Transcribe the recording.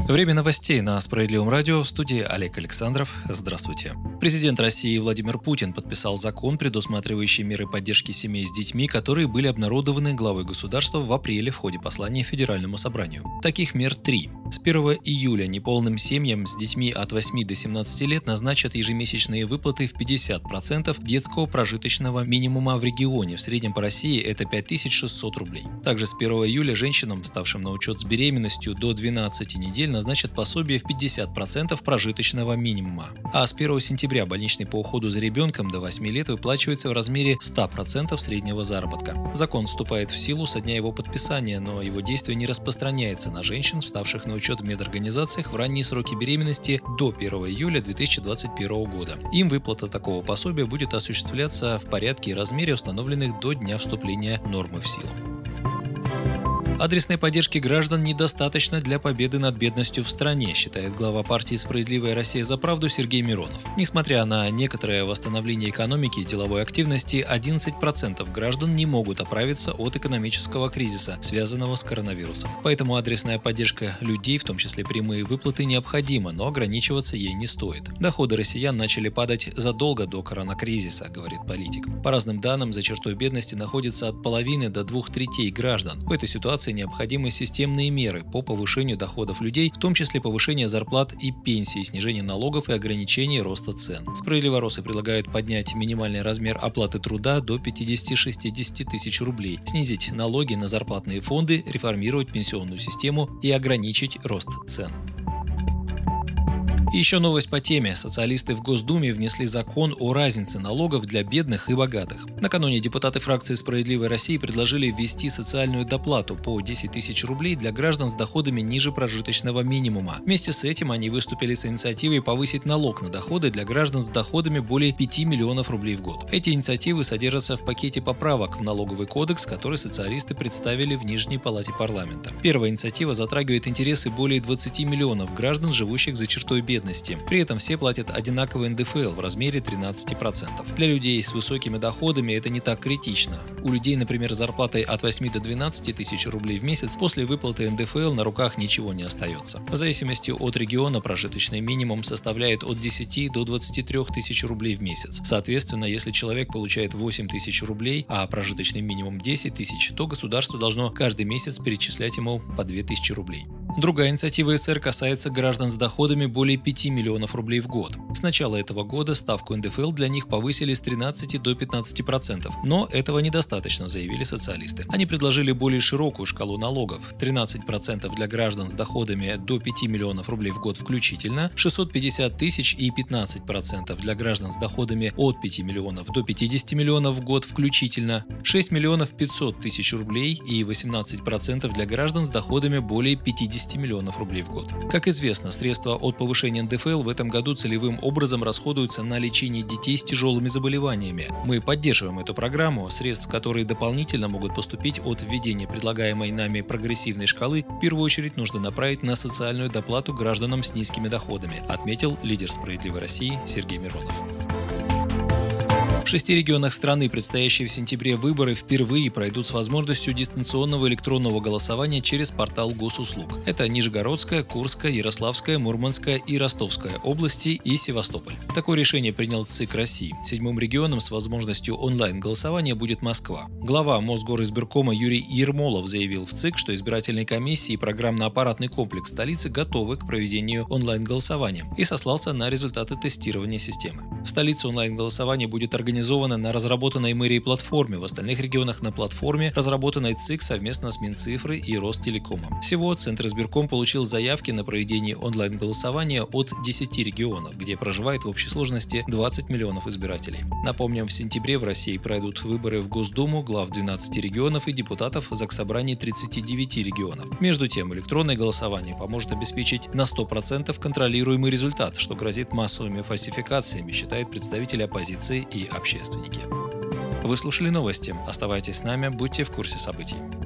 Время новостей на Справедливом радио, в студии Олег Александров. Здравствуйте. Президент России Владимир Путин подписал закон, предусматривающий меры поддержки семей с детьми, которые были обнародованы главой государства в апреле в ходе послания Федеральному собранию. Таких мер 3. С 1 июля неполным семьям с детьми от 8 до 17 лет назначат ежемесячные выплаты в 50% детского прожиточного минимума в регионе. В среднем по России это 5600 рублей. Также с 1 июля женщинам, ставшим на учет с беременностью до 12 недель, назначат пособие в 50% прожиточного минимума. А с 1 сентября больничный по уходу за ребенком до 8 лет выплачивается в размере 100% среднего заработка. Закон вступает в силу со дня его подписания, но его действие не распространяется на женщин, вставших на учет в медорганизациях в ранние сроки беременности до 1 июля 2021 года. Им выплата такого пособия будет осуществляться в порядке и размере, установленных до дня вступления нормы в силу. Адресной поддержки граждан недостаточно для победы над бедностью в стране, считает глава партии «Справедливая Россия за правду» Сергей Миронов. Несмотря на некоторое восстановление экономики и деловой активности, 11% граждан не могут оправиться от экономического кризиса, связанного с коронавирусом. Поэтому адресная поддержка людей, в том числе прямые выплаты, необходима, но ограничиваться ей не стоит. Доходы россиян начали падать задолго до коронакризиса, говорит политик. По разным данным, за чертой бедности находится от половины до 2/3 граждан. В этой ситуации необходимы системные меры по повышению доходов людей, в том числе повышение зарплат и пенсий, снижение налогов и ограничение роста цен. Справедливоросы предлагают поднять минимальный размер оплаты труда до 50-60 тысяч рублей, снизить налоги на зарплатные фонды, реформировать пенсионную систему и ограничить рост цен. И еще новость по теме. Социалисты в Госдуме внесли закон о разнице налогов для бедных и богатых. Накануне депутаты фракции «Справедливой России» предложили ввести социальную доплату по 10 тысяч рублей для граждан с доходами ниже прожиточного минимума. Вместе с этим они выступили с инициативой повысить налог на доходы для граждан с доходами более 5 миллионов рублей в год. Эти инициативы содержатся в пакете поправок в налоговый кодекс, который социалисты представили в Нижней палате парламента. Первая инициатива затрагивает интересы более 20 миллионов граждан, живущих за чертой бедности. При этом все платят одинаковый НДФЛ в размере 13%. Для людей с высокими доходами это не так критично. У людей, например, с зарплатой от 8 до 12 тысяч рублей в месяц после выплаты НДФЛ на руках ничего не остается. В зависимости от региона прожиточный минимум составляет от 10 до 23 тысяч рублей в месяц. Соответственно, если человек получает 8 тысяч рублей, а прожиточный минимум 10 тысяч, то государство должно каждый месяц перечислять ему по 2 тысячи рублей. Другая инициатива СР касается граждан с доходами более 5 миллионов рублей в год. С начала этого года ставку НДФЛ для них повысили с 13 до 15%, но этого недостаточно, заявили социалисты. Они предложили более широкую шкалу налогов: 13% для граждан с доходами до 5 миллионов рублей в год включительно, 650 тысяч и 15% для граждан с доходами от 5 миллионов до 50 миллионов в год включительно, 6 миллионов 500 тысяч рублей и 18% для граждан с доходами более 50 миллионов рублей в год. Как известно, средства от повышения НДФЛ в этом году целевым образом расходуются на лечение детей с тяжелыми заболеваниями. Мы поддерживаем эту программу. Средств, которые дополнительно могут поступить от введения предлагаемой нами прогрессивной шкалы, в первую очередь нужно направить на социальную доплату гражданам с низкими доходами, отметил лидер «Справедливой России» Сергей Миронов. В 6 регионах страны предстоящие в сентябре выборы впервые пройдут с возможностью дистанционного электронного голосования через портал госуслуг. Это Нижегородская, Курская, Ярославская, Мурманская и Ростовская области и Севастополь. Такое решение принял ЦИК России. 7-м регионом с возможностью онлайн-голосования будет Москва. Глава Мосгоризбиркома Юрий Ермолов заявил в ЦИК, что избирательные комиссии и программно-аппаратный комплекс столицы готовы к проведению онлайн-голосования, и сослался на результаты тестирования системы. В столице онлайн-голосование будет организовано на разработанной мэрией платформе, в остальных регионах на платформе, разработанной ЦИК совместно с Минцифрой и Ростелекомом. Всего Центр избирком получил заявки на проведение онлайн-голосования от 10 регионов, где проживает в общей сложности 20 миллионов избирателей. Напомним, в сентябре в России пройдут выборы в Госдуму, глав 12 регионов и депутатов Заксобраний 39 регионов. Между тем, электронное голосование поможет обеспечить на 100% контролируемый результат, что грозит массовыми фальсификациями, считают представители оппозиции и общественники. Вы слушали новости. Оставайтесь с нами, будьте в курсе событий.